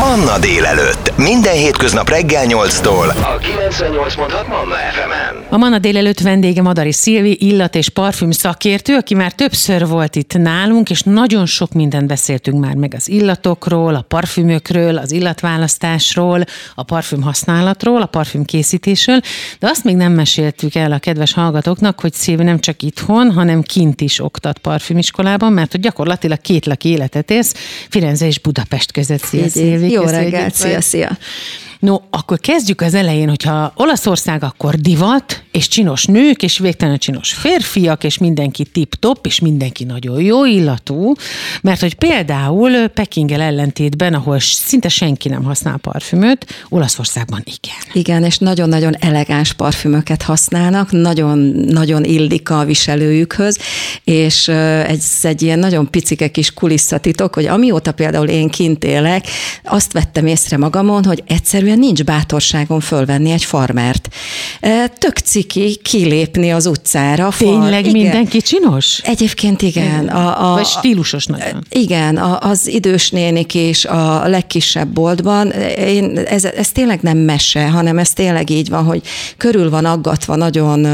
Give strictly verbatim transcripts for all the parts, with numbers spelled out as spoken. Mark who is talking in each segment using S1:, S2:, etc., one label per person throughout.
S1: Manna délelőtt. Minden hétköznap reggel nyolctól a kilencvennyolc pont hat Manna ef emen.
S2: A Manna délelőtt vendége Madari Szilvi, illat- és parfüm szakértő, aki már többször volt itt nálunk, és nagyon sok mindent beszéltünk már meg az illatokról, a parfümökről, az illatválasztásról, a parfüm használatról, a parfüm készítésről, de azt még nem meséltük el a kedves hallgatóknak, hogy Szilvi nem csak itthon, hanem kint is oktat parfümiskolában, mert hogy gyakorlatilag két laki életet élsz, Firenze és Budapest között. Szia, Szilvi!
S3: Jó reggelt, szia, szia!
S2: No, akkor kezdjük az elején, hogyha Olaszország, akkor divat, és csinos nők, és végtelen csinos férfiak, és mindenki tip-top, és mindenki nagyon jó illatú, mert hogy például Pekinggel ellentétben, ahol szinte senki nem használ parfümöt, Olaszországban igen.
S3: Igen, és nagyon-nagyon elegáns parfümöket használnak, nagyon-nagyon illik a viselőjükhöz, és ez egy ilyen nagyon picike kis kulisszatitok, hogy amióta például én kint élek, azt vettem észre magamon, hogy egyszerűen nincs bátorságom fölvenni egy farmert. Tök ciki kilépni az utcára.
S2: Tényleg far, mindenki csinos?
S3: Egyébként igen. A, a,
S2: Vagy stílusos nagyon.
S3: Igen, a, az idős nénik is a legkisebb boltban, én, ez, ez tényleg nem mese, hanem ez tényleg így van, hogy körül van aggatva nagyon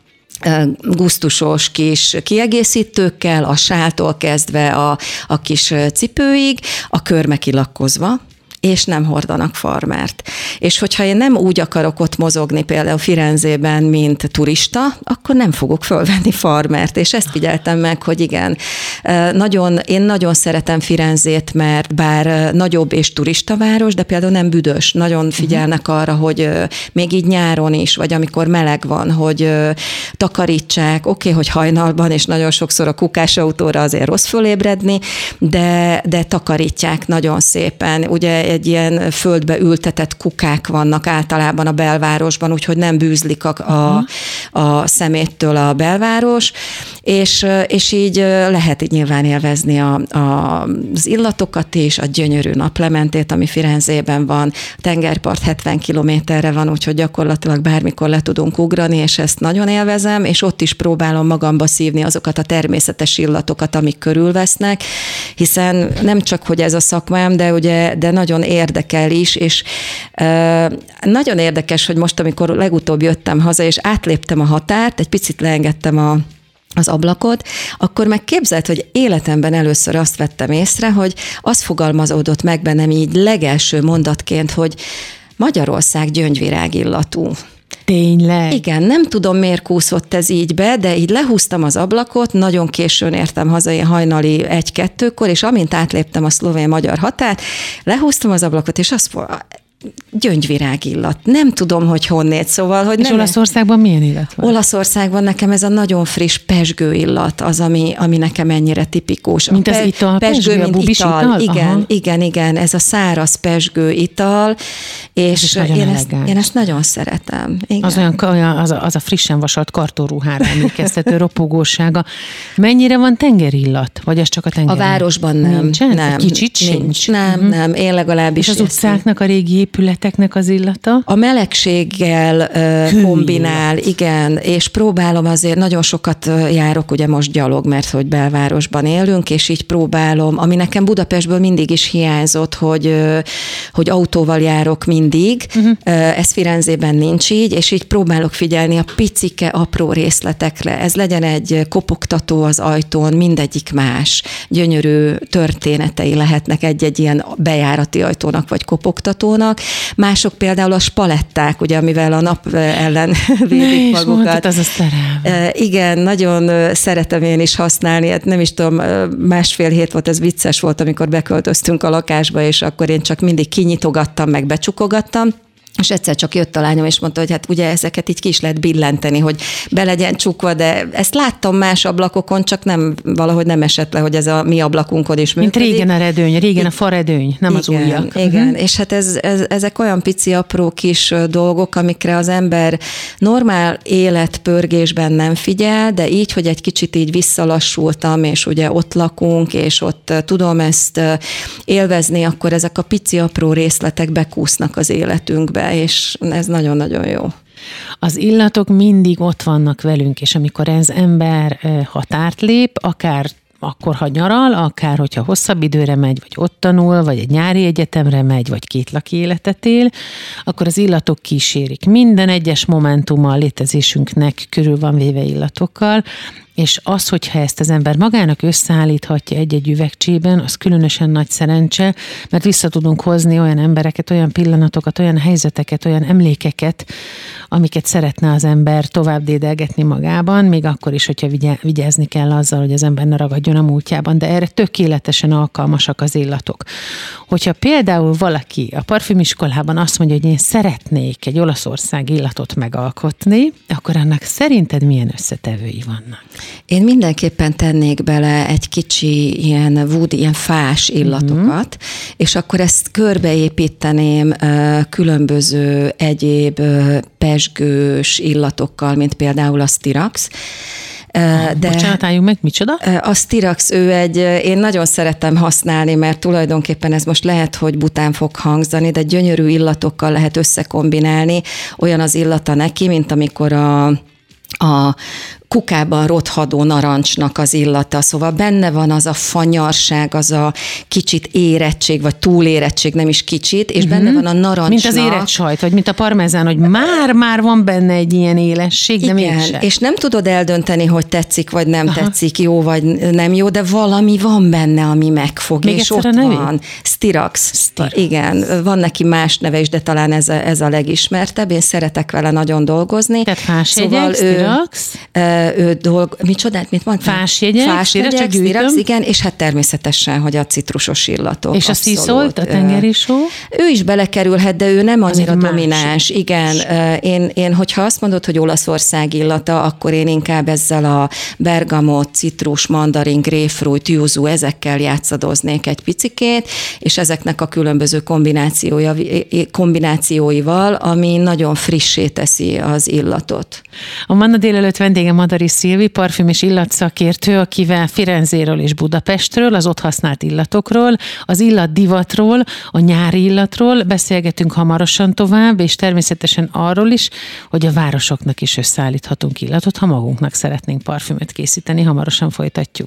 S3: gusztusos kis kiegészítőkkel, a sáltól kezdve a, a kis cipőig, a körme kilakkozva, és nem hordanak farmert. És hogyha én nem úgy akarok ott mozogni például Firenzében, mint turista, akkor nem fogok fölvenni farmert. És ezt figyeltem meg, hogy igen, nagyon, én nagyon szeretem Firenzét, mert bár nagyobb és turistaváros, de például nem büdös. Nagyon figyelnek arra, hogy még így nyáron is, vagy amikor meleg van, hogy takarítsák, oké, okay, hogy hajnalban, és nagyon sokszor a kukásautóra azért rossz fölébredni, de, de takarítják nagyon szépen. Ugye egy ilyen földbe ültetett kukák vannak általában a belvárosban, úgyhogy nem bűzlik a, a, a szeméttől a belváros, és, és így lehet így nyilván élvezni a, a, az illatokat is, a gyönyörű naplementét, ami Firenzében van, a tengerpart hetven kilométerre van, úgyhogy gyakorlatilag bármikor le tudunk ugrani, és ezt nagyon élvezem, és ott is próbálom magamba szívni azokat a természetes illatokat, amik körülvesznek, hiszen nem csak, hogy ez a szakmám, de ugye, de nagyon érdekel is, és e, nagyon érdekes, hogy most, amikor legutóbb jöttem haza, és átléptem a határt, egy picit leengedtem a az ablakot, akkor meg képzeld, hogy életemben először azt vettem észre, hogy az fogalmazódott meg bennem így legelső mondatként, hogy Magyarország gyöngyvirág illatú.
S2: Tényleg?
S3: Igen, nem tudom, miért kúszott ez így be, de így lehúztam az ablakot, nagyon későn értem haza, én hajnali egy-kettőkor, és amint átléptem a szlovén-magyar határt, lehúztam az ablakot, és azt gyöngyvirág illat. Nem tudom, hogy honnét, szóval, hogy
S2: és
S3: nem...
S2: Olaszországban milyen illat van?
S3: Olaszországban nekem ez a nagyon friss pezsgő illat az, ami, ami nekem ennyire tipikus.
S2: Mint pe- az ital,
S3: pezsgő,
S2: pezsgő,
S3: mint
S2: a bubis
S3: ital.
S2: ital?
S3: Igen,
S2: Aha.
S3: igen, igen, ez a száraz pezsgő ital, és én ezt, én ezt nagyon szeretem. Igen.
S2: Az, olyan, olyan, az, a, az a frissen vasalt kartonruhára emlékeztető ropogósága. Mennyire van tengerillat? Vagy ez csak a tenger?
S3: A városban nem.
S2: Nincsen?
S3: Nem.
S2: Kicsit
S3: nincs.
S2: sincs?
S3: Nem, uh-huh. nem. Én legalábbis...
S2: És az utcáknak, a régi épületeknek az illata?
S3: A melegséggel uh, kombinál, igen, és próbálom azért, nagyon sokat járok, ugye most gyalog, mert hogy belvárosban élünk, és így próbálom, ami nekem Budapestből mindig is hiányzott, hogy, uh, hogy autóval járok mindig, uh-huh. uh, ez Firenzében nincs így, és így próbálok figyelni a picike, apró részletekre. Ez legyen egy kopogtató az ajtón, mindegyik más. Gyönyörű történetei lehetnek egy-egy ilyen bejárati ajtónak, vagy kopogtatónak. Mások például a spaletták, ugye, amivel a nap ellen védik magukat.
S2: Mondtad, az a szerelem.
S3: Igen, nagyon szeretem én is használni, hát nem is tudom, másfél hét volt, ez vicces volt, amikor beköltöztünk a lakásba, és akkor én csak mindig kinyitogattam, meg becsukogattam. És egyszer csak jött a lányom, és mondta, hogy hát ugye ezeket így ki is lehet billenteni, hogy be legyen csukva, de ezt láttam más ablakokon, csak nem, valahogy nem esett le, hogy ez a mi ablakunkon is működik.
S2: Mint régen a redőny, régen a faredőny, nem
S3: igen,
S2: az újak.
S3: Igen, uh-huh. és hát ez, ez, ezek olyan pici, apró kis dolgok, amikre az ember normál életpörgésben nem figyel, de így, hogy egy kicsit így visszalassultam, és ugye ott lakunk, és ott tudom ezt élvezni, akkor ezek a pici, apró részletek bekúsznak az életünkbe, és ez nagyon-nagyon jó.
S2: Az illatok mindig ott vannak velünk, és amikor ez ember határt lép, akár akkor, ha nyaral, akár hogyha hosszabb időre megy, vagy ott tanul, vagy egy nyári egyetemre megy, vagy kétlaki életet él, akkor az illatok kísérik. Minden egyes momentuma a létezésünknek körül van véve illatokkal, és az, hogyha ezt az ember magának összeállíthatja egy-egy üvegcsében, az különösen nagy szerencse, mert vissza tudunk hozni olyan embereket, olyan pillanatokat, olyan helyzeteket, olyan emlékeket, amiket szeretne az ember tovább dédelgetni magában, még akkor is, hogyha vigyázni kell azzal, hogy az ember ne ragadjon a múltjában, de erre tökéletesen alkalmasak az illatok. Hogyha például valaki a parfümiskolában azt mondja, hogy én szeretnék egy olaszországi illatot megalkotni, akkor annak szerinted milyen összetevői vannak?
S3: Én mindenképpen tennék bele egy kicsi ilyen wood, ilyen fás illatokat, uh-huh. és akkor ezt körbeépíteném uh, különböző egyéb uh, pezsgős illatokkal, mint például a Styrax.
S2: De bocsánat, álljunk meg, micsoda?
S3: A Styrax, ő egy, én nagyon szeretem használni, mert tulajdonképpen ez most lehet, hogy bután fog hangzani, de gyönyörű illatokkal lehet összekombinálni. Olyan az illata neki, mint amikor a, a kukában rothadó narancsnak az illata, szóval benne van az a fanyarság, az a kicsit érettség, vagy túlérettség, nem is kicsit, és uh-huh. benne van a narancsnak.
S2: Mint az érett sajt, vagy mint a parmezán, hogy már-már van benne egy ilyen élesség, de
S3: igen,
S2: mégsem.
S3: És nem tudod eldönteni, hogy tetszik, vagy nem Aha. tetszik, jó, vagy nem jó, de valami van benne, ami megfog,
S2: még
S3: és ott van. Styrax. Styrax. Igen, van neki más neve is, de talán ez a, ez a legismertebb. Én szeretek vele nagyon dolgozni.
S2: Tehát fásjegyek, szóval Styrax.
S3: Ő, ő dolg, mit csodát, mit mondtam?
S2: Fásjegyek,
S3: Fásjegyek, Styrax, igen, és hát természetesen, hogy a citrusos illatok.
S2: És a sziszolт, a tengeri só?
S3: Ő is belekerülhet, de ő nem annyira domináns. Igen, én, én, hogyha azt mondod, hogy Olaszország illata, akkor én inkább ezzel a bergamot, citrus, mandarin, grapefruit, yuzu, ezekkel játszadoznék egy picikét, és ezeknek a különböző kombinációja, kombinációival, ami nagyon frissé teszi az illatot.
S2: A Manna délelőtt vendége Madari Szilvi, parfüm és illatszakértő, akivel Firenzéről és Budapestről, az ott használt illatokról, az illatdivatról, a nyári illatról beszélgetünk hamarosan tovább, és természetesen arról is, hogy a városoknak is összeállíthatunk illatot, ha magunknak szeretnénk parfümöt készíteni. Hamarosan folytatjuk.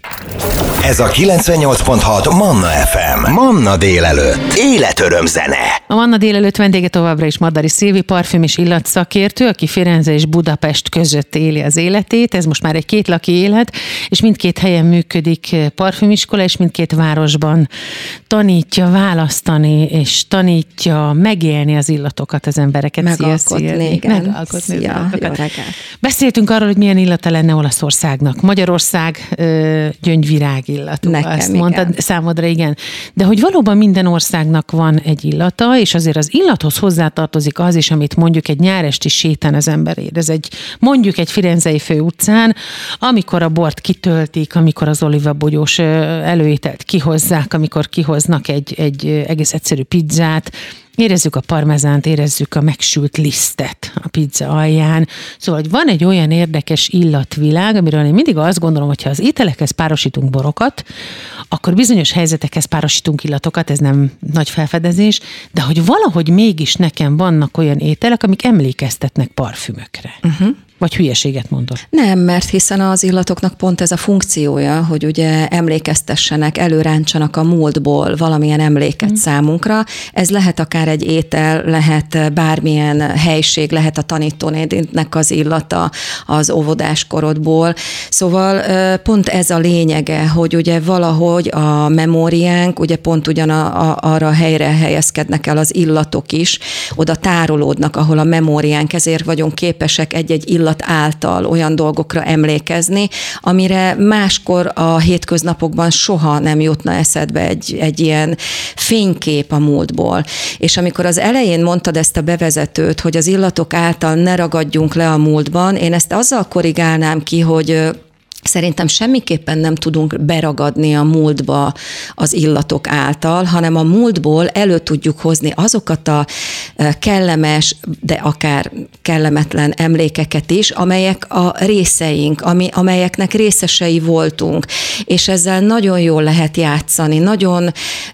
S1: Ez a kilencvennyolc pont hat Manna ef em. Manna délelőtt. Életöröm zene.
S2: A Manna délelőtt vendége továbbra is Madari Szilvi, parfüm és illatszakértő, aki Firenze és Budapest között éli az életét. Ez most már egy kétlaki élet, és mindkét helyen működik parfümiskola, és mindkét városban tanítja választani, és tanítja megélni az illatokat az embereket.
S3: Megalkotni, igen.
S2: Megalkotni
S3: Szia,
S2: az illatokat.
S3: jó reggelt.
S2: Beszéltünk arról, hogy milyen illata lenne Olaszországnak. Magyarország ö, gyöngyvirág illatú.
S3: Nekem,
S2: azt
S3: igen.
S2: mondtad számodra, igen. De hogy valóban minden országnak van egy illata, és azért az illathoz hozzátartozik az is, amit mondjuk egy nyáresti sétán az ember érez. Egy, mondjuk egy firenzei főutcán, amikor a bort kitöltik, amikor az olivabogyós előételt kihozzák, amikor kihoznak egy, egy egész egyszerű pizzát, érezzük a parmezánt, érezzük a megsült lisztet a pizza alján. Szóval, hogy van egy olyan érdekes illatvilág, amiről én mindig azt gondolom, hogy ha az ételekhez párosítunk borokat, akkor bizonyos helyzetekhez párosítunk illatokat, ez nem nagy felfedezés, de hogy valahogy mégis nekem vannak olyan ételek, amik emlékeztetnek parfümökre. Uh-huh. Vagy hülyeséget mondod?
S3: Nem, mert hiszen az illatoknak pont ez a funkciója, hogy ugye emlékeztessenek, előráncsanak a múltból valamilyen emléket mm. számunkra. Ez lehet akár egy étel, lehet bármilyen helység, lehet a tanítónédnek az illata az óvodáskorodból. Szóval pont ez a lényege, hogy ugye valahogy a memóriánk, ugye pont ugyan a, a, arra a helyre helyezkednek el az illatok is, oda tárolódnak, ahol a memóriánk, ezért vagyunk képesek egy-egy illat által olyan dolgokra emlékezni, amire máskor a hétköznapokban soha nem jutna eszedbe egy, egy ilyen fénykép a múltból. És amikor az elején mondtad ezt a bevezetőt, hogy az illatok által ne ragadjunk le a múltban, én ezt azzal korrigálnám ki, hogy szerintem semmiképpen nem tudunk beragadni a múltba az illatok által, hanem a múltból elő tudjuk hozni azokat a kellemes, de akár kellemetlen emlékeket is, amelyek a részeink, ami, amelyeknek részesei voltunk, és ezzel nagyon jól lehet játszani, nagyon,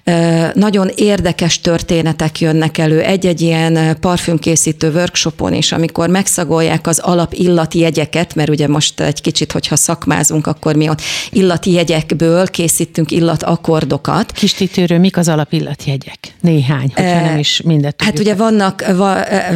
S3: nagyon érdekes történetek jönnek elő egy-egy ilyen parfümkészítő workshopon is, amikor megszagolják az alap illatjegyeket, mert ugye most egy kicsit, hogyha szakmát kávézunk, akkor mi ott illati jegyekből készítünk illatakkordokat.
S2: Kis Titőről mik az alapillatjegyek? Néhány, hogyha e, nem is mindet tudjuk.
S3: Hát ugye vannak va,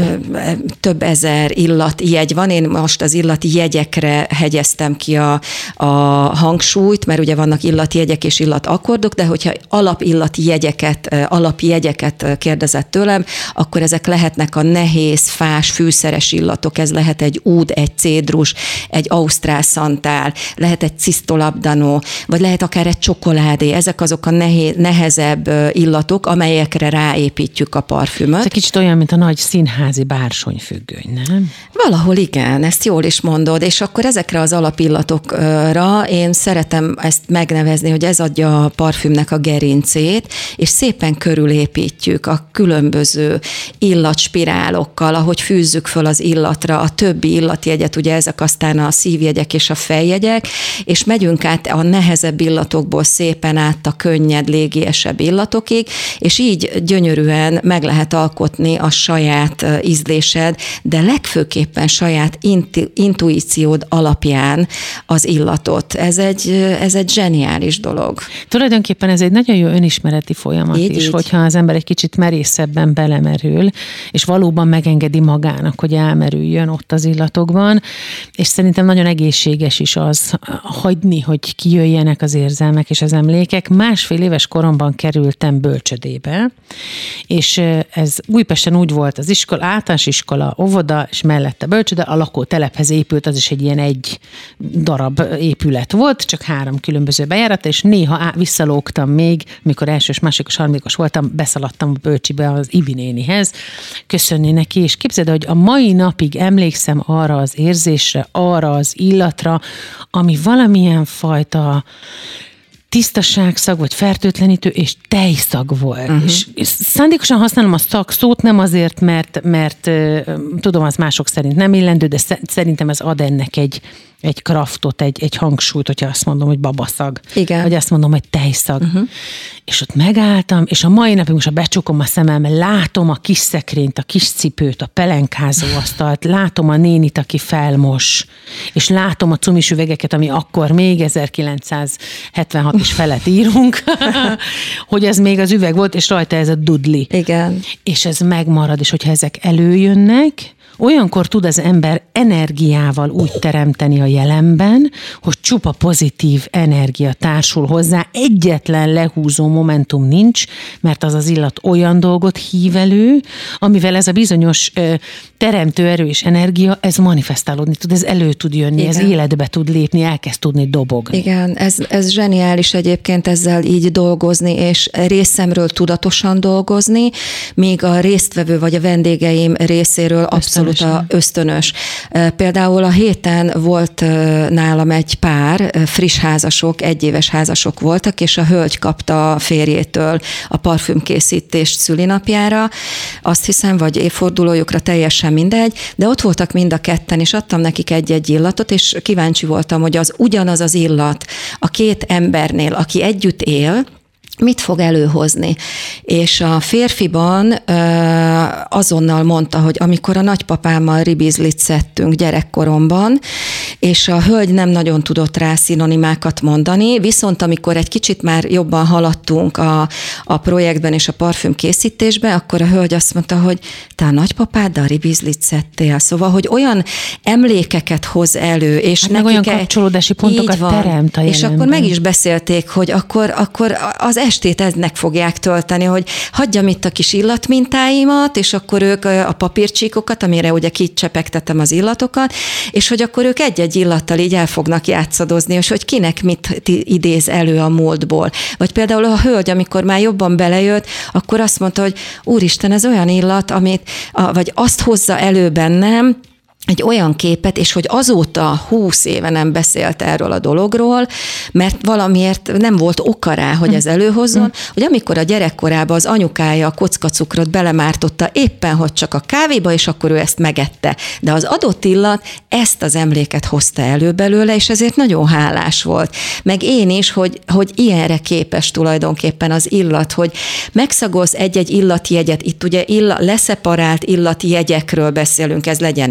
S3: több ezer illatjegy van, én most az illati jegyekre hegyeztem ki a, a hangsúlyt, mert ugye vannak illatjegyek és illatakkordok, de hogyha alapillati jegyeket, alapjegyeket kérdezett tőlem, akkor ezek lehetnek a nehéz, fás, fűszeres illatok, ez lehet egy úd, egy cédrus, egy ausztrál szantál, lehet egy cisztolabdanó, vagy lehet akár egy csokoládé, ezek azok a nehéz, nehezebb illatok, amelyekre ráépítjük a parfümöt.
S2: Ez egy kicsit olyan, mint a nagy színházi bársonyfüggöny, nem?
S3: Valahol igen, ezt jól is mondod, és akkor ezekre az alapillatokra én szeretem ezt megnevezni, hogy ez adja a parfümnek a gerincét, és szépen körülépítjük a különböző illatspirálokkal, ahogy fűzzük föl az illatra a többi illatjegyet, ugye ezek aztán a szívjegyek és a fejjegyek, és megyünk át a nehezebb illatokból szépen át a könnyed, légiesebb illatokig, és így gyönyörűen meg lehet alkotni a saját ízlésed, de legfőképpen saját intu- intuíciód alapján az illatot. Ez egy, ez egy zseniális dolog.
S2: Tulajdonképpen ez egy nagyon jó önismereti folyamat így, is, így. Hogyha az ember egy kicsit merészebben belemerül, és valóban megengedi magának, hogy elmerüljön ott az illatokban, és szerintem nagyon egészséges is az hagyni, hogy kijöjjenek az érzelmek és az emlékek. Másfél éves koromban kerültem bölcsödébe, és ez Újpesten úgy volt, az iskola, általános iskola, óvoda, és mellette bölcsöde, a lakótelephez épült, az is egy ilyen egy darab épület volt, csak három különböző bejárat, és néha visszalógtam még, mikor elsős, másodikos, harmadikos voltam, beszaladtam a bölcsibe az Ibi nénihez, köszönni neki, és képzeld, hogy a mai napig emlékszem arra az érzésre, arra az illatra, ami valamilyen fajta tisztaságszag, vagy fertőtlenítő, és tejszag volt. Uh-huh. És, és szándékosan használom a szakszót, nem azért, mert, mert tudom, az mások szerint nem illendő, de szerintem ez ad ennek egy, egy kraftot, egy, egy hangsúlyt, hogyha azt mondom, hogy babaszag. Igen. Vagy azt mondom, hogy tejszag. Uh-huh. És ott megálltam, és a mai napig most, ha becsukom a szemem, látom a kis szekrényt, a kis cipőt, a pelenkázóasztalt, látom a nénit, aki felmos, és látom a cumis üvegeket, ami akkor még ezerkilencszázhetvenhat is felett írunk, hogy ez még az üveg volt, és rajta ez a dudli.
S3: Igen.
S2: És ez megmarad, és hogyha ezek előjönnek, olyankor tud az ember energiával úgy teremteni a jelenben, hogy csupa pozitív energia társul hozzá, egyetlen lehúzó momentum nincs, mert az az illat olyan dolgot hív elő, amivel ez a bizonyos ö, teremtő erő és energia, ez manifestálódni tud, ez elő tud jönni, igen. Ez életbe tud lépni, elkezd tudni dobogni.
S3: Igen, ez, ez zseniális egyébként ezzel így dolgozni, és részemről tudatosan dolgozni, míg a résztvevő vagy a vendégeim részéről abszolút a ösztönös. Például a héten volt nálam egy pár, friss házasok, egyéves házasok voltak, és a hölgy kapta a férjétől a parfümkészítést szülinapjára, azt hiszem, vagy évfordulójukra, teljesen mindegy, de ott voltak mind a ketten, és adtam nekik egy-egy illatot, és kíváncsi voltam, hogy az ugyanaz az illat a két embernél, aki együtt él, mit fog előhozni. És a férfiban azonnal mondta, hogy amikor a nagypapámmal ribizlit szedtünk gyerekkoromban, és a hölgy nem nagyon tudott rá szinonimákat mondani, viszont amikor egy kicsit már jobban haladtunk a, a projektben és a parfümkészítésben, akkor a hölgy azt mondta, hogy te a nagypapáddal ribizlit szedtél. Szóval, hogy olyan emlékeket hoz elő, és
S2: hát
S3: nekik
S2: olyan kapcsolódási pontokat teremt a
S3: és akkor meg is beszélték, hogy akkor, akkor az estét eznek fogják tölteni, hogy hagyjam itt a kis illatmintáimat, és akkor ők a papírcsíkokat, amire ugye kicsepegtetem az illatokat, és hogy akkor ők egy-egy illattal így el fognak játszadozni, és hogy kinek mit idéz elő a múltból. Vagy például a hölgy, amikor már jobban belejött, akkor azt mondta, hogy úristen, ez olyan illat, amit, vagy azt hozza elő bennem, egy olyan képet, és hogy azóta húsz éve nem beszélt erről a dologról, mert valamiért nem volt oka rá, hogy ez előhozzon, hogy amikor a gyerekkorában az anyukája a kockacukrot belemártotta éppen, hogy csak a kávéba, és akkor ő ezt megette. De az adott illat ezt az emléket hozta elő belőle, és ezért nagyon hálás volt. Meg én is, hogy, hogy ilyenre képes tulajdonképpen az illat, hogy megszagolsz egy-egy illatjegyet, itt ugye illa, leszeparált illatjegyekről beszélünk, ez legyen egy ibó,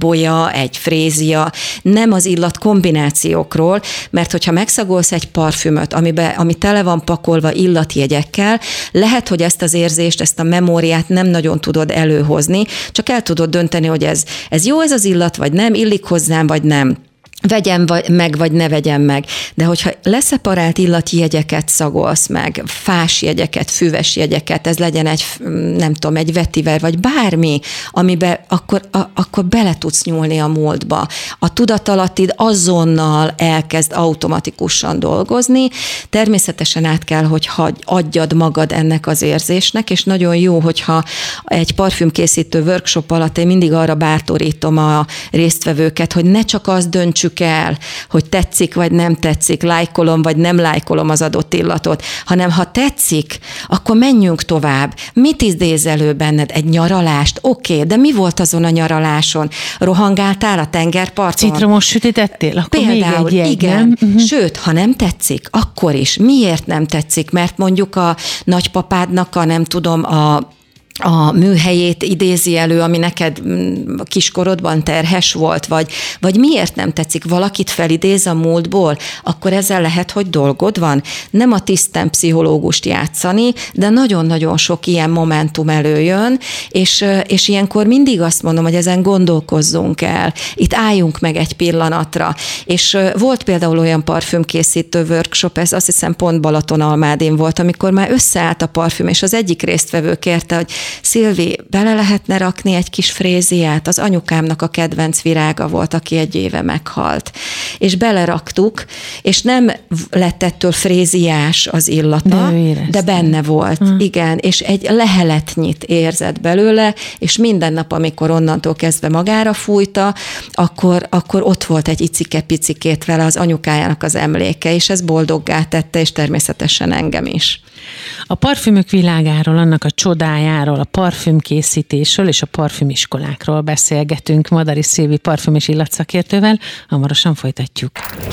S3: bolya, egy frézia, nem az illat kombinációkról, mert hogyha megszagolsz egy parfümöt, amiben, ami tele van pakolva illatjegyekkel, lehet, hogy ezt az érzést, ezt a memóriát nem nagyon tudod előhozni, csak el tudod dönteni, hogy ez, ez jó ez az illat, vagy nem, illik hozzám, vagy nem. Vegyem meg, vagy ne vegyem meg. De hogyha leszeparált illatjegyeket szagolsz meg, fás jegyeket, füves jegyeket, ez legyen egy, nem tudom, egy vetiver, vagy bármi, amiben akkor, a, akkor bele tudsz nyúlni a múltba. A tudatalattid azonnal elkezd automatikusan dolgozni. Természetesen át kell, hogy adjad magad ennek az érzésnek, és nagyon jó, hogyha egy parfümkészítő workshop alatt én mindig arra bátorítom a résztvevőket, hogy ne csak azt döntsük el, hogy tetszik, vagy nem tetszik, lájkolom, vagy nem lájkolom az adott illatot, hanem ha tetszik, akkor menjünk tovább. Mit idéz elő benned? Egy nyaralást? Oké, okay, de mi volt azon a nyaraláson? Rohangáltál a tengerparton?
S2: Citromos sütit ettél? Akkor
S3: például,
S2: még egy jegy,
S3: igen.
S2: Nem? Uh-huh.
S3: Sőt, ha nem tetszik, akkor is. Miért nem tetszik? Mert mondjuk a nagypapádnak a, nem tudom, a a műhelyét idézi elő, ami neked kiskorodban terhes volt, vagy, vagy miért nem tetszik, valakit felidéz a múltból, akkor ezzel lehet, hogy dolgod van. Nem a tisztán pszichológust játszani, de nagyon-nagyon sok ilyen momentum előjön, és, és ilyenkor mindig azt mondom, hogy ezen gondolkozzunk el, itt álljunk meg egy pillanatra. És volt például olyan parfümkészítő workshop, ez azt hiszem pont Balatonalmádin volt, amikor már összeállt a parfüm, és az egyik résztvevő kérte, hogy Szilvi, bele lehetne rakni egy kis fréziát? Az anyukámnak a kedvenc virága volt, aki egy éve meghalt. És beleraktuk, és nem lett ettől fréziás az illata, de, de benne volt. Hmm. Igen, és egy leheletnyit érzett belőle, és minden nap, amikor onnantól kezdve magára fújta, akkor, akkor ott volt egy icike-picikét vele az anyukájának az emléke, és ez boldoggá tette, és természetesen engem is.
S2: A parfümök világáról, annak a csodájáról, a parfümkészítésről és a parfümiskolákról beszélgetünk Madari Szilvi parfüm és illatszakértővel, hamarosan folytatjuk.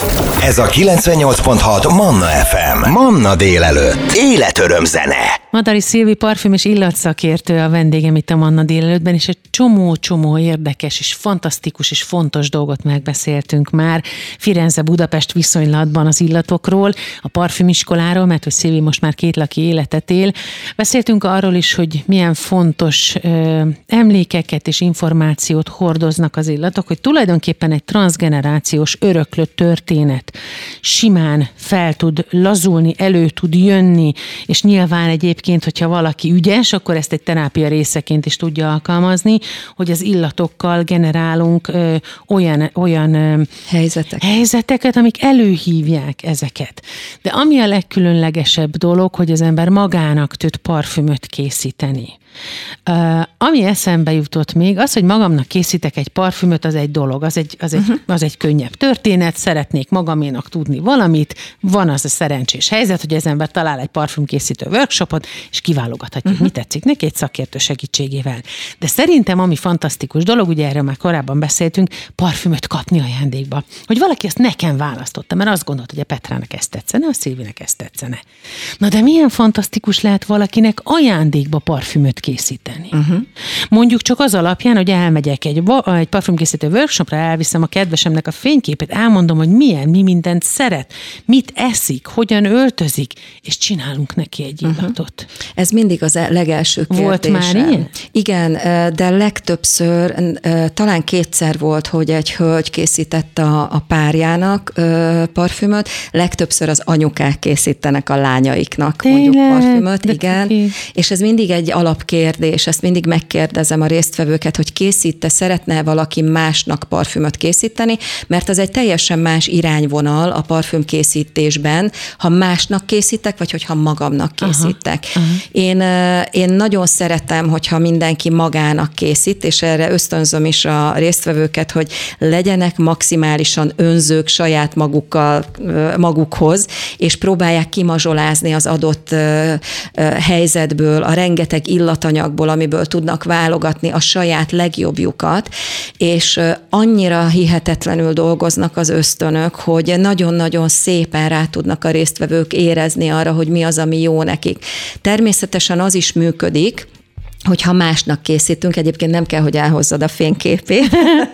S1: Ez a kilencvennyolc pont hat Manna ef em. Manna délelőtt. Életöröm zene.
S2: Madari Szilvi parfüm és illatszakértő a vendégem itt a Manna délelőttben, és egy csomó-csomó érdekes és fantasztikus és fontos dolgot megbeszéltünk már Firenze-Budapest viszonylatban az illatokról, a parfümiskoláról, mert hogy Szilvi most már kétlaki életet él. Beszéltünk arról is, hogy milyen fontos ö, emlékeket és információt hordoznak az illatok, hogy tulajdonképpen egy transzgenerációs öröklött történet simán fel tud lazulni, elő tud jönni, és nyilván egyébként, hogyha valaki ügyes, akkor ezt egy terápia részeként is tudja alkalmazni, hogy az illatokkal generálunk ö, olyan, olyan ö,
S3: Helyzetek.
S2: helyzeteket, amik előhívják ezeket. De ami a legkülönlegesebb dolog, hogy az ember magának tud parfümöt készíteni. Uh, ami eszembe jutott még, az, hogy magamnak készítek egy parfümöt, az egy dolog, az egy, az egy, uh-huh. az egy könnyebb történet, szeretnék magaménak tudni valamit, van az a szerencsés helyzet, hogy az ember talál egy parfümkészítő workshopot, és kiválogathatja, uh-huh. mi tetszik neki egy szakértő segítségével. De szerintem ami fantasztikus dolog, ugye erről már korábban beszéltünk, parfümöt kapni ajándékba. Hogy valaki ezt nekem választotta, mert azt gondolt, hogy a Petrának ezt tetszene, a Szilvinek ezt tetszene. Na de milyen fantasztikus lehet valakinek ajándékba parfümöt készíteni. Uh-huh. Mondjuk csak az alapján, hogy elmegyek egy, egy parfümkészítő workshopra, elviszem a kedvesemnek a fényképét, elmondom, hogy milyen, mi mindent szeret, mit eszik, hogyan öltözik, és csinálunk neki egy illatot. Uh-huh.
S3: Ez mindig az legelső kérdésem.
S2: Volt már ilyen?
S3: Igen, de legtöbbször, talán kétszer volt, hogy egy hölgy készítette a, a párjának parfümöt, legtöbbször az anyukák készítenek a lányaiknak
S2: Tényleg?
S3: mondjuk parfümöt, igen.
S2: Ki?
S3: És ez mindig egy alapkérdés, ezt mindig megkérdezem a résztvevőket, hogy készít-e, szeretne valaki másnak parfümöt készíteni, mert az egy teljesen más irányvonal a parfümkészítésben, ha másnak készítek, vagy hogyha magamnak készítek. Aha, aha. Én, én nagyon szeretem, hogyha mindenki magának készít, és erre ösztönzöm is a résztvevőket, hogy legyenek maximálisan önzők saját magukkal, magukhoz, és próbálják kimazsolázni az adott helyzetből, a rengeteg illatanyagból, amiből tudnak válogatni a saját legjobbjukat, és annyira hihetetlenül dolgoznak az ösztönök, hogy nagyon-nagyon szépen rá tudnak a résztvevők érezni arra, hogy mi az, ami jó nekik. Természetesen az is működik, hogyha másnak készítünk, egyébként nem kell, hogy elhozzad a fényképét,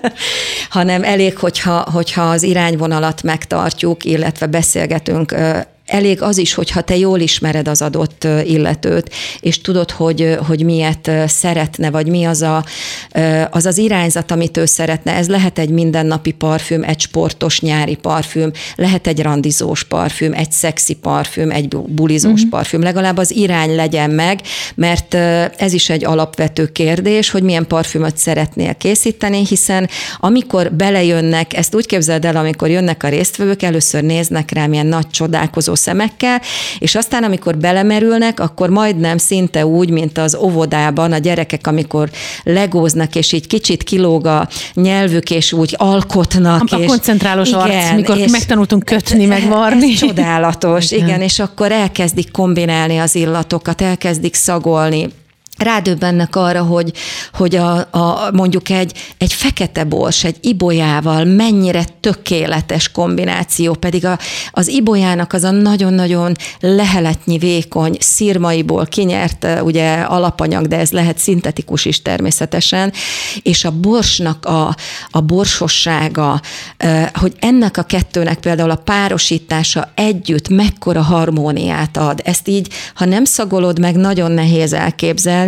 S3: hanem elég, hogyha, hogyha az irányvonalat megtartjuk, illetve beszélgetünk. Elég az is, hogyha te jól ismered az adott illetőt, és tudod, hogy, hogy miért szeretne, vagy mi az, a, az az irányzat, amit ő szeretne. Ez lehet egy mindennapi parfüm, egy sportos nyári parfüm, lehet egy randizós parfüm, egy szexi parfüm, egy bulizós uh-huh. parfüm. Legalább az irány legyen meg, mert ez is egy alapvető kérdés, hogy milyen parfümöt szeretnél készíteni, hiszen amikor belejönnek, ezt úgy képzeld el, amikor jönnek a résztvevők, először néznek rám ilyen nagy csodálkozó szemekkel, és aztán, amikor belemerülnek, akkor majdnem szinte úgy, mint az óvodában a gyerekek, amikor legóznak, és így kicsit kilóg a nyelvük, és úgy alkotnak.
S2: A,
S3: és,
S2: a koncentrálós
S3: igen,
S2: arc, mikor
S3: és
S2: megtanultunk kötni, meg varni.
S3: Csodálatos, igen. igen, és akkor elkezdik kombinálni az illatokat, elkezdik szagolni. Rádöbbennek arra, hogy, hogy a, a, mondjuk egy, egy fekete bors, egy ibolyával mennyire tökéletes kombináció, pedig a, az ibolyának az a nagyon-nagyon leheletnyi, vékony, szirmaiból kinyert ugye alapanyag, de ez lehet szintetikus is természetesen, és a borsnak a, a borsossága, hogy ennek a kettőnek például a párosítása együtt mekkora harmóniát ad. Ezt így, ha nem szagolod meg, nagyon nehéz elképzelni,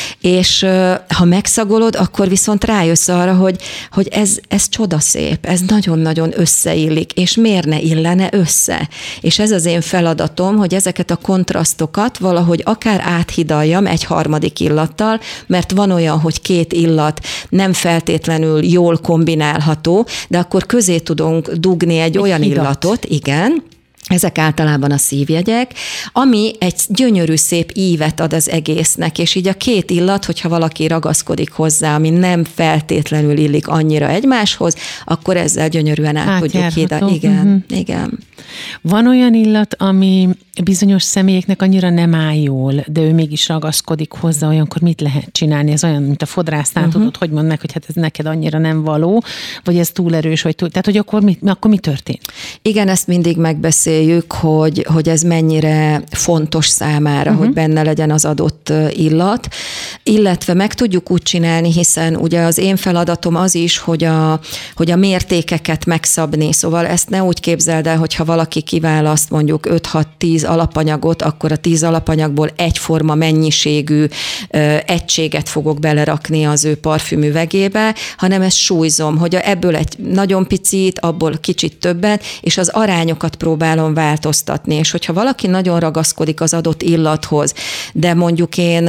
S3: és ha megszagolod, akkor viszont rájössz arra, hogy, hogy ez, ez csodaszép, ez nagyon-nagyon összeillik, és miért ne illene össze? És ez az én feladatom, hogy ezeket a kontrasztokat valahogy akár áthidaljam egy harmadik illattal, mert van olyan, hogy két illat nem feltétlenül jól kombinálható, de akkor közé tudunk dugni egy, egy olyan hidat. Illatot, igen, ezek általában a szívjegyek, ami egy gyönyörű szép ívet ad az egésznek, és így a két illat, hogyha valaki ragaszkodik hozzá, ami nem feltétlenül illik annyira egymáshoz, akkor ezzel gyönyörűen át tudjuk hidalni. Igen, uh-huh. igen.
S2: Van olyan illat, ami bizonyos személyeknek annyira nem áll jól, de ő mégis ragaszkodik hozzá, olyankor mit lehet csinálni? Ez olyan, mint a fodrásznál, uh-huh. tudod, hogy mondnak, hogy hát ez neked annyira nem való, vagy ez túl erős, vagy túl... Tehát, hogy akkor mi, akkor mi történt?
S3: Igen, ezt mindig megbeszéljük, hogy, hogy ez mennyire fontos számára, uh-huh. hogy benne legyen az adott illat, illetve meg tudjuk úgy csinálni, hiszen ugye az én feladatom az is, hogy a, hogy a mértékeket megszabni, szóval ezt ne úgy képzeld el, hogyha valaki kiválaszt mondjuk öt-hat-tíz alapanyagot, akkor a tíz alapanyagból egyforma mennyiségű ö, egységet fogok belerakni az ő parfümüvegébe, hanem ezt súlyzom, hogy ebből egy nagyon picit, abból kicsit többet, és az arányokat próbálom változtatni, és hogyha valaki nagyon ragaszkodik az adott illathoz, de mondjuk én,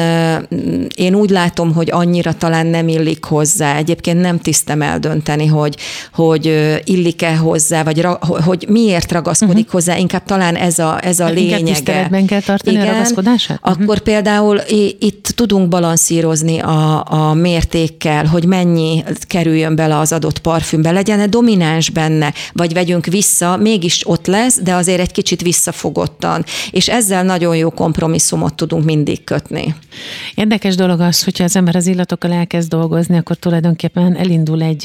S3: én úgy látom, hogy annyira talán nem illik hozzá, egyébként nem tisztem eldönteni, hogy, hogy illik-e hozzá, vagy ra, hogy miért ragaszkodik uh-huh. hozzá, inkább talán ez a, ez a
S2: hát
S3: lényege.
S2: Inkább tiszteletben kell tartani igen, a ragaszkodását?
S3: Akkor uh-huh. például itt tudunk balanszírozni a, a mértékkel, hogy mennyi kerüljön bele az adott parfümbe, legyen-e domináns benne, vagy vegyünk vissza, mégis ott lesz, de azért egy kicsit visszafogottan. És ezzel nagyon jó kompromisszumot tudunk mindig kötni.
S2: Érdekes dolog az, hogyha az ember az illatokkal elkezd dolgozni, akkor tulajdonképpen elindul egy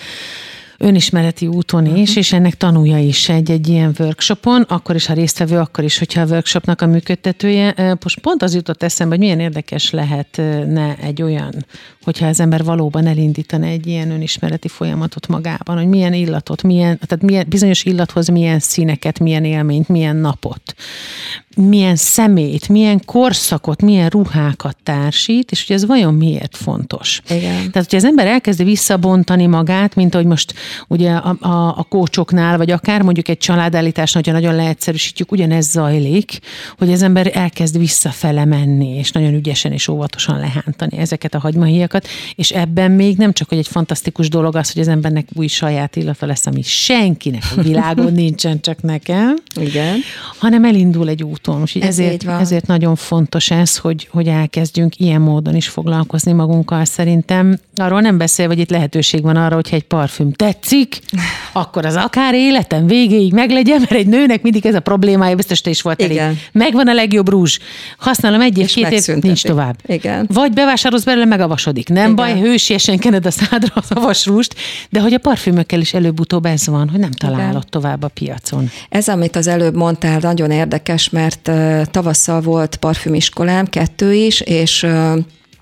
S2: önismereti úton is, uh-huh. és ennek tanulja is egy, egy ilyen workshopon, akkor is a résztvevő, akkor is, hogyha a workshopnak a működtetője. Most pont az jutott eszembe, hogy milyen érdekes lehetne egy olyan, hogyha az ember valóban elindítana egy ilyen önismereti folyamatot magában, hogy milyen illatot, milyen, tehát milyen, bizonyos illathoz milyen színeket, milyen élményt, milyen napot, milyen szemét, milyen korszakot, milyen ruhákat társít, és hogy ez vajon miért fontos.
S3: Igen.
S2: Tehát, hogyha az ember elkezdi visszabontani magát, mint ahogy most ugye a, a, a kócsoknál, vagy akár mondjuk egy családállításnál, hogyha nagyon leegyszerűsítjük, ugyanez zajlik, hogy az ember elkezd visszafele menni, és nagyon ügyesen és óvatosan lehántani ezeket a hagymahéjakat, és ebben még nem csak, hogy egy fantasztikus dolog az, hogy az embernek új saját illata lesz, ami senkinek a világon nincsen, csak nekem,
S3: igen.
S2: hanem elindul egy úton. Úgyhogy
S3: ez
S2: ezért, ezért nagyon fontos ez, hogy, hogy elkezdjünk ilyen módon is foglalkozni magunkkal. Szerintem arról nem beszél, hogy itt lehetőség van arra, hogyha egy parfüm tetszik, akkor az akár életem végéig meglegyen, mert egy nőnek mindig ez a problémája, biztos te is volt elég. Megvan a legjobb rúzs, használom egy év, két év, nincs tovább.
S3: Igen.
S2: Vagy bevásárolsz belőle, megavasodik. Nem igen. baj, hősiesen kened a szádra az avasrúst, de hogy a parfümökkel is előbb-utóbb ez van, hogy nem találod tovább a piacon.
S3: Ez, amit az előbb mondtál, nagyon érdekes, mert tavasszal volt parfümiskolám, kettő is, és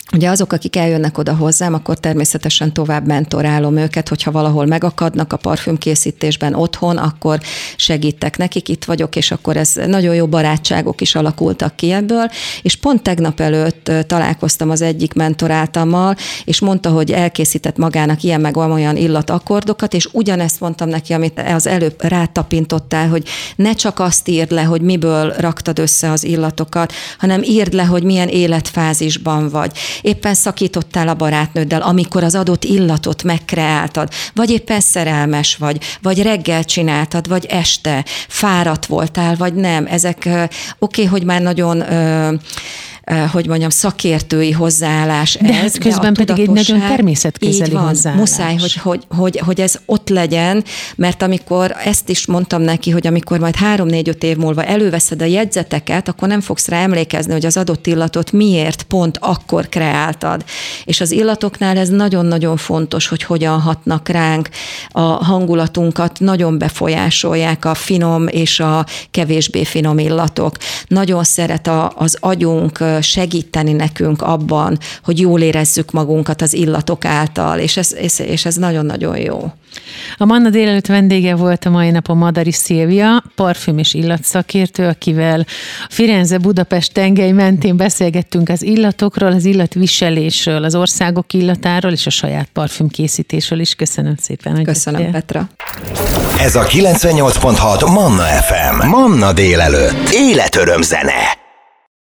S3: Ugye azok, akik eljönnek oda hozzám, akkor természetesen tovább mentorálom őket, hogyha valahol megakadnak a parfümkészítésben otthon, akkor segítek nekik, itt vagyok, és akkor ez nagyon jó barátságok is alakultak ki ebből, és pont tegnap előtt találkoztam az egyik mentoráltammal, és mondta, hogy elkészített magának ilyen meg olyan illatakkordokat, és ugyanezt mondtam neki, amit az előbb rátapintottál, hogy ne csak azt írd le, hogy miből raktad össze az illatokat, hanem írd le, hogy milyen életfázisban vagy. Éppen szakítottál a barátnőddel, amikor az adott illatot megkreáltad, vagy éppen szerelmes vagy, vagy reggel csináltad, vagy este, fáradt voltál, vagy nem. Ezek oké, okay, hogy már nagyon hogy mondjam, szakértői hozzáállás.
S2: De
S3: ez,
S2: hát közben
S3: de
S2: pedig egy nagyon természetközeli hozzáállás.
S3: Muszáj, hogy, hogy, hogy, hogy ez ott legyen, mert amikor, ezt is mondtam neki, hogy amikor majd három-négy-öt év múlva előveszed a jegyzeteket, akkor nem fogsz rá emlékezni, hogy az adott illatot miért pont akkor kreáltad. És az illatoknál ez nagyon-nagyon fontos, hogy hogyan hatnak ránk, a hangulatunkat nagyon befolyásolják a finom és a kevésbé finom illatok. Nagyon szeret a, az agyunk segíteni nekünk abban, hogy jól érezzük magunkat az illatok által, és ez, és ez nagyon-nagyon jó.
S2: A Manna délelőtt vendége volt a mai napon Madari Szilvia, parfüm és illatszakértő, akivel Firenze-Budapest tengely mentén beszélgettünk az illatokról, az illatviselésről, az országok illatáról és a saját parfümkészítésről is. Köszönöm szépen, hogy
S3: Köszönöm,
S2: jöttél.
S3: Petra.
S1: Ez a kilencvennyolc pont hat Manna ef em. Manna délelőtt. Életöröm zene.